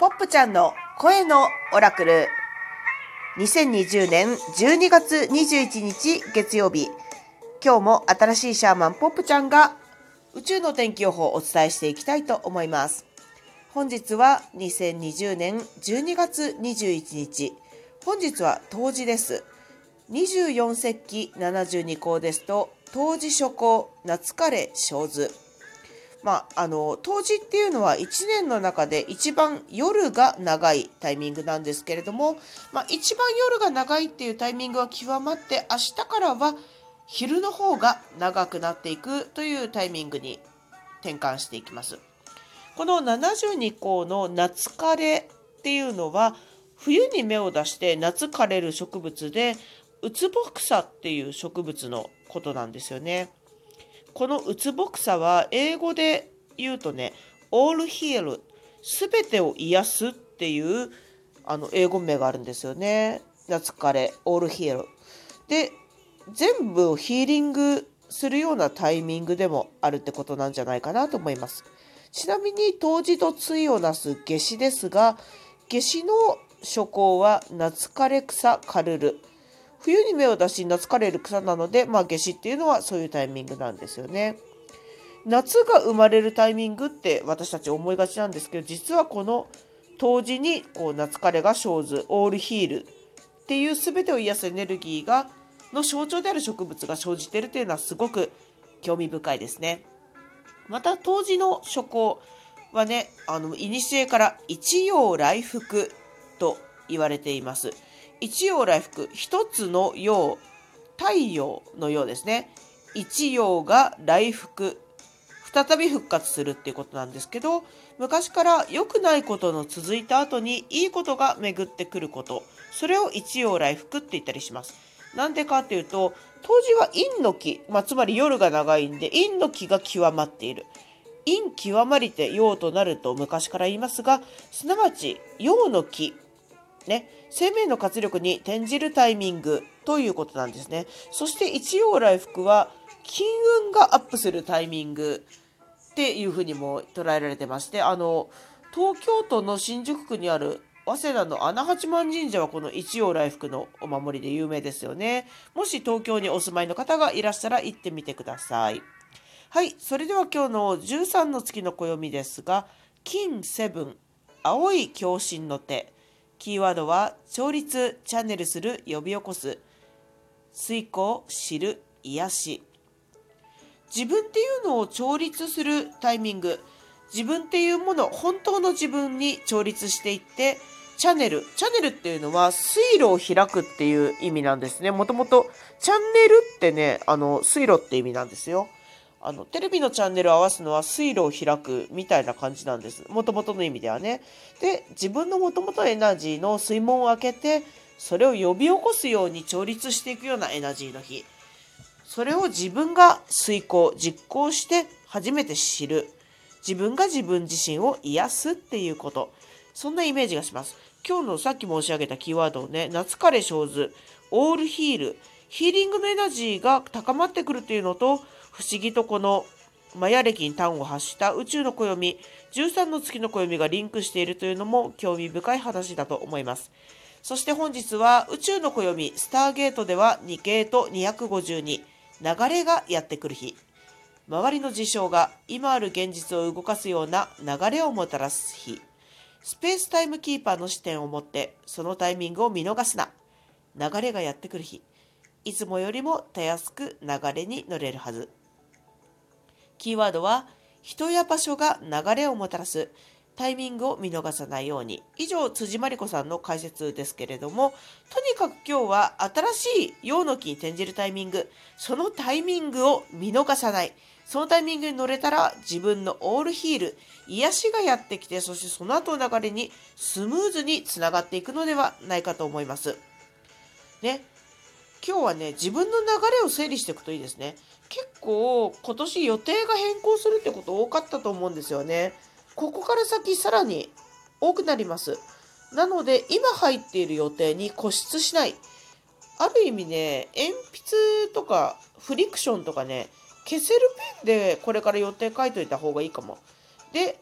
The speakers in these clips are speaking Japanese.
ポップちゃんの声のオラクル。2020年12月21日月曜日。今日も新しいシャーマンポップちゃんが宇宙の天気予報をお伝えしていきたいと思います。本日は2020年12月21日。本日は冬至です。24節気72候ですと、冬至初候、夏枯れ小豆。冬至っていうのは1年の中で一番夜が長いタイミングなんですけれども、一番夜が長いっていうタイミングは極まって、明日からは昼の方が長くなっていくというタイミングに転換していきます。この72候の夏枯れっていうのは、冬に芽を出して夏枯れる植物で、ウツボクサっていう植物のことなんですよね。このウツボクサは英語で言うとね、all heal、すべてを癒すっていう英語名があるんですよね。夏枯れ、all heal。で、全部をヒーリングするようなタイミングでもあるってことなんじゃないかなと思います。ちなみに冬至と対をなす夏至ですが、夏至の初候は夏枯れ草枯るる。冬に芽を出し夏枯れる草なので、夏至っていうのはそういうタイミングなんですよね。夏が生まれるタイミングって私たち思いがちなんですけど、実はこの冬至に夏枯れが生ず、オールヒールっていう全てを癒すエネルギーの象徴である植物が生じているというのはすごく興味深いですね。また冬至の初候はね、古から一陽来復と言われています。一陽来復、一つの陽、太陽の陽ですね。一陽が来復、再び復活するっていうことなんですけど、昔から良くないことの続いた後にいいことが巡ってくること、それを一陽来復って言ったりします。なんでかっていうと、冬至は陰の気、つまり夜が長いんで陰の気が極まっている。陰極まりて陽となると昔から言いますが、すなわち陽の気、生命の活力に転じるタイミングということなんですね。そして一陽来復は金運がアップするタイミングっていうふうにも捉えられてまして、東京都の新宿区にある早稲田の穴八幡神社はこの一陽来復のお守りで有名ですよね。もし東京にお住まいの方がいらっしゃら行ってみてください。はい、それでは今日の13の月の暦ですが、金セブン、青い共振の手。キーワードは調律、チャンネルする、呼び起こす、遂行、知る、癒し。自分っていうのを調律するタイミング、自分っていうもの、本当の自分に調律していって、チャンネルっていうのは水路を開くっていう意味なんですね。もともとチャンネルってね、水路って意味なんですよ。テレビのチャンネルを合わすのは水路を開くみたいな感じなんです。もともとの意味ではね。で、自分のもともとエナジーの水門を開けて、それを呼び起こすように調律していくようなエナジーの日。それを自分が遂行、実行して初めて知る。自分が自分自身を癒すっていうこと。そんなイメージがします。今日のさっき申し上げたキーワードをね、夏枯れ生ず、オールヒール、ヒーリングのエナジーが高まってくるっていうのと、不思議とこのマヤ暦に端を発した宇宙の暦、13の月の暦がリンクしているというのも興味深い話だと思います。そして本日は宇宙の暦、スターゲートでは2系と252、流れがやってくる日。周りの事象が今ある現実を動かすような流れをもたらす日。スペースタイムキーパーの視点を持ってそのタイミングを見逃すな。流れがやってくる日。いつもよりもたやすく流れに乗れるはず。キーワードは人や場所が流れをもたらすタイミングを見逃さないように。以上、辻真理子さんの解説ですけれども、とにかく今日は新しい陽の気に転じるタイミング、そのタイミングを見逃さない。そのタイミングに乗れたら自分のオールヒール、癒しがやってきて、そしてその後の流れにスムーズにつながっていくのではないかと思います。ね。今日はね、自分の流れを整理していくといいですね。結構今年予定が変更するってこと多かったと思うんですよね。ここから先さらに多くなります。なので今入っている予定に固執しない。ある意味ね、鉛筆とかフリクションとかね、消せるペンでこれから予定書いといた方がいいかも。で、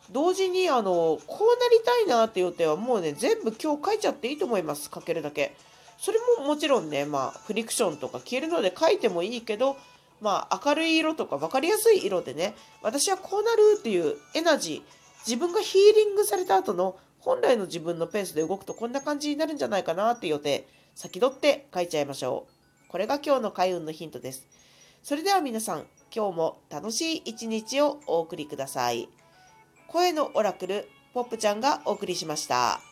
同時にこうなりたいなっていう予定はもうね、全部今日書いちゃっていいと思います。書けるだけ。それももちろんね、フリクションとか消えるので書いてもいいけど、明るい色とか分かりやすい色でね、私はこうなるっていうエナジー、自分がヒーリングされた後の本来の自分のペースで動くとこんな感じになるんじゃないかなっていう予定、先取って書いちゃいましょう。これが今日の開運のヒントです。それでは皆さん、今日も楽しい一日をお送りください。声のオラクル、ポップちゃんがお送りしました。